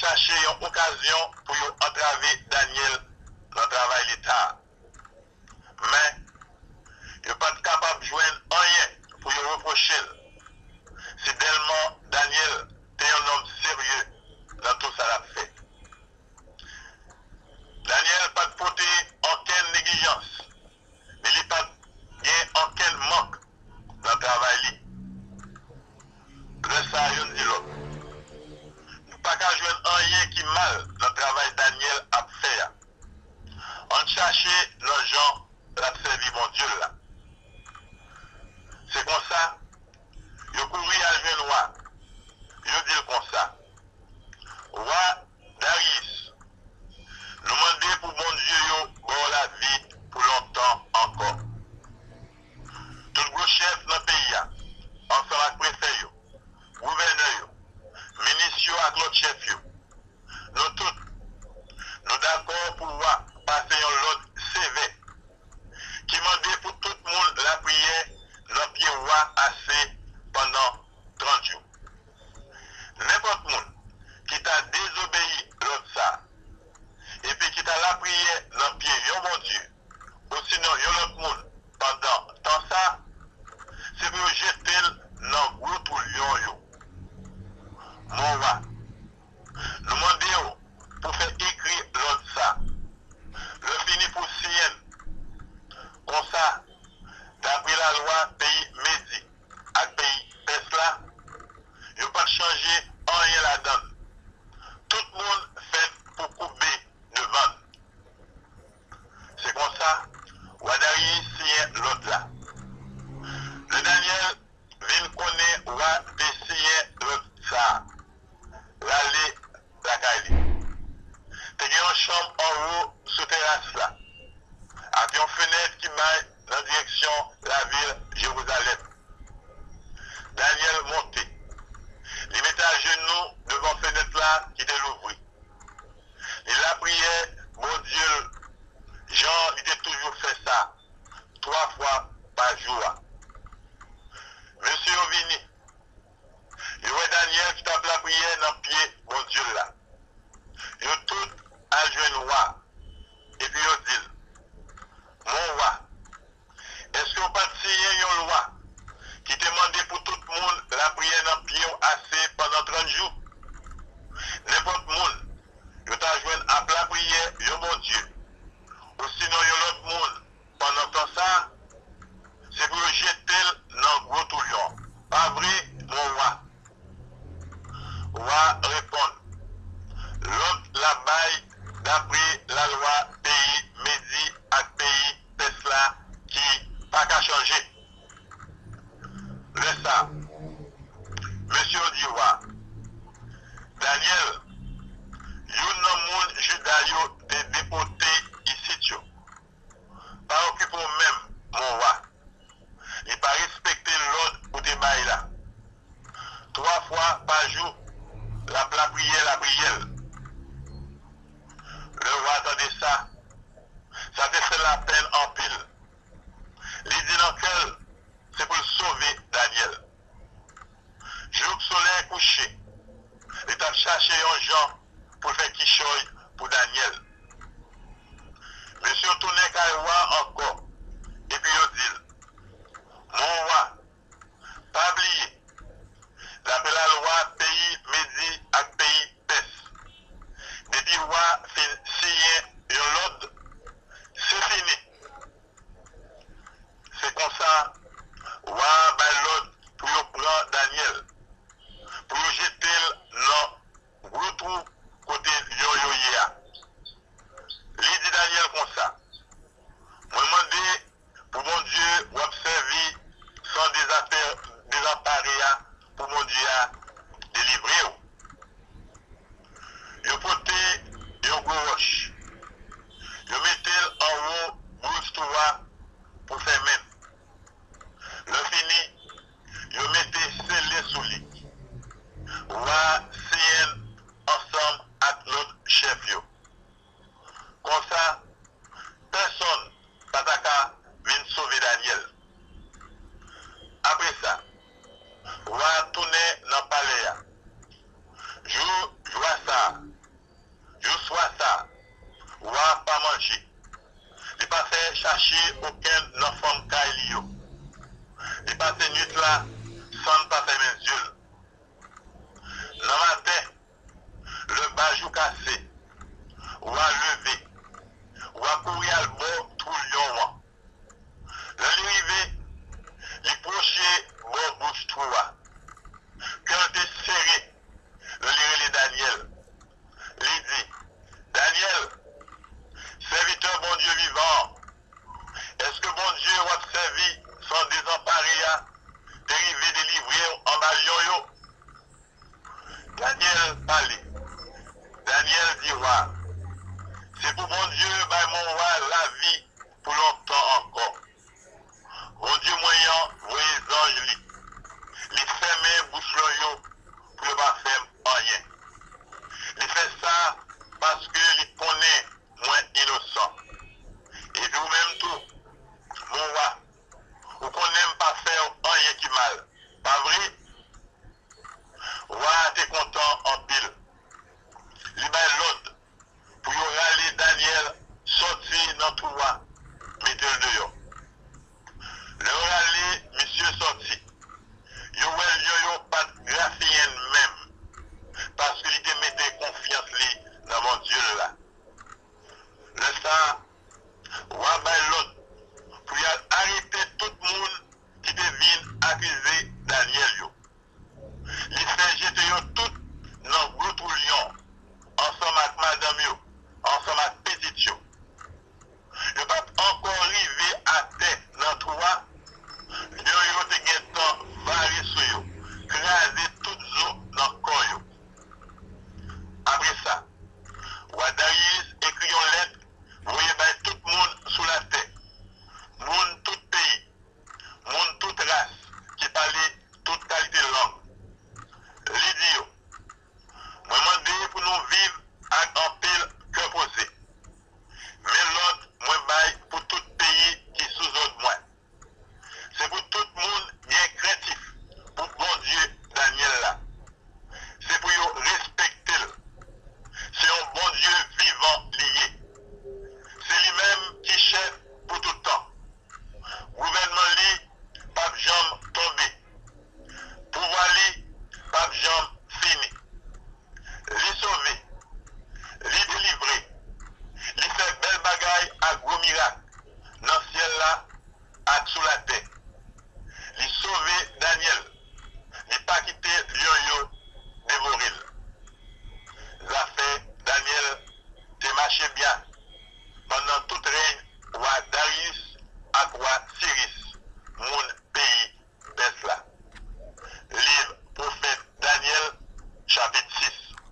cherché une occasion pour entraver Daniel dans le travail de l'État. Mais, il n'est pas capable de joindre rien pour lui reprocher. C'est tellement Daniel est un homme sérieux dans tout ça l'a fait. Daniel n'a pas porté aucune négligence, mais il n'a pas aucun manque dans le travail. Le ça, il dit l'autre. Nous pas qu'à joindre rien qui mal dans le travail Daniel a fait. On cherche les gens à servir mon Dieu là. C'est comme ça. Je couru à joindre roi. Je dis comme ça. Roi Darius, nous demandons pour mon Dieu bon la vie pour longtemps encore. Tout le gros chef dans le pays, ensemble avec le préfet, gouverneur, ministre avec l'autre chef, nous tous, nous d'accord pour passer un lot CV qui demandait pour tout le monde la prière dans le pied roi assez pendant 30 jours. N'importe monde qui t'a désobéi l'autre ça, et puis qui t'a la prière dans le pied, mon Dieu, ou sinon, l'autre monde, pendant tant ça, c'est pour jeter dans le gros tout lion. Mon roi, nous demandons pour faire écrire l'autre ça, le fini pour signer, comme ça, d'après la loi pays Médi, avec pays Pesla, il n'y a pas changé rien là-dedans. Tout le monde fait pour couper devant. C'est comme ça, Wadari signe l'autre là. Le Daniel vient connaître Wadari signe l'autre ça. L'allée, la caille. T'as une chambre en haut sous terrasse là. Avec une fenêtre qui mène dans la direction de la ville Jérusalem. Daniel monté. Il mettait à genoux devant la fenêtre là qui était l'ouvrir. Il a prié, mon Dieu, Jean, il a toujours fait ça, 3 fois par jour. Monsieur Ovini, il y a Daniel qui tape la prière dans le pied, mon Dieu là. Il y a tout à joindre roi. Et puis il dit, mon roi, est-ce qu'on pas signer une loi qui demandait pour tout le monde la prière dans le pied assez pendant 30 jours? N'importe monde, il t'a joindre à la prière, yo mon Dieu. Ou sinon, il y a l'autre monde, pendant tout ça, c'est pour jeter dans le gros tout lion. Pas vrai, mon roi? Roi répond. L'autre la baille d'après la loi pays Médi à pays Tesla qui pas qu'à changer. Le ça, monsieur dit roi, Daniel, yon monde judaïo de déporté ici, pas occupé même, mon roi. Il pas respecté l'ordre pour te bailler là. 3 fois par jour, la prière. Le roi attendait ça. Ça te fait la peine en pile. Il dit dans quel, c'est pour sauver Daniel. Jour que soleil couché, il a cherché un gens pour faire quichoy pour Daniel. Monsieur tourné qu'à roi encore. Et puis il dit, mon roi, pas oublier. D'après la loi pays Médi à pays Pes. Depuis roi fin signé l'ordre, c'est fini. C'est comme ça, roi bat l'ordre pour prendre Daniel, pour jeter dans gros trou côté yo-yo-ya. Il dit Daniel comme ça. Moi demandé pour mon Dieu observer sans désaparer pour mon Dieu délivrer. Yo porté yo gros roche. Yo mettez en haut bouche toi pour faire même. Le fini, yo mettez scellé sous lit. Roi sienne ensemble avec l'autre chef yo. Comme ça, personne pas vient sauver Daniel. Après ça, roi tourner dans le palais. Je vois ça, bajou cassé, ou à lever, ou à courir à bord tout le lion. L'arrivée, les prochés, bon bouche toi. Quand t'es serré, le lire les Daniel. Il dit, Daniel, serviteur bon Dieu vivant, est-ce que bon Dieu va servi sans désemparé, dérivé délivré en balion? Daniel parlait. Daniel dit, roi, c'est pour bon Dieu, bah, mon roi, la vie pour longtemps encore. Bon Dieu moyen, voyez anges, les fermer bouche yo pour ne pas faire rien. Il fait ça parce qu'il connaît moins innocent. Et nous-mêmes tout, mon roi, vous connaissez pas faire rien qui mal. Pas vrai? Roi, t'es content en pile. Libère l'autre pour y râler Daniel sorti dans tout roi, mettez-le dehors. Le râler, monsieur sorti. Yo pas graphien même. Parce qu'il te mettait confiance dans mon Dieu là. Le ça, roi ben l'autre pour y arrêter tout le monde qui te vient accuser Daniel yo. Il fait jeter yo tout dans le gros lion, ensemble avec madame yo, ensemble avec petite yo. Yo pas encore arrivé à terre dans toi. Yo te gen temps varié sur yo, craser toute zo dans le corps yo. Après ça, roi Darius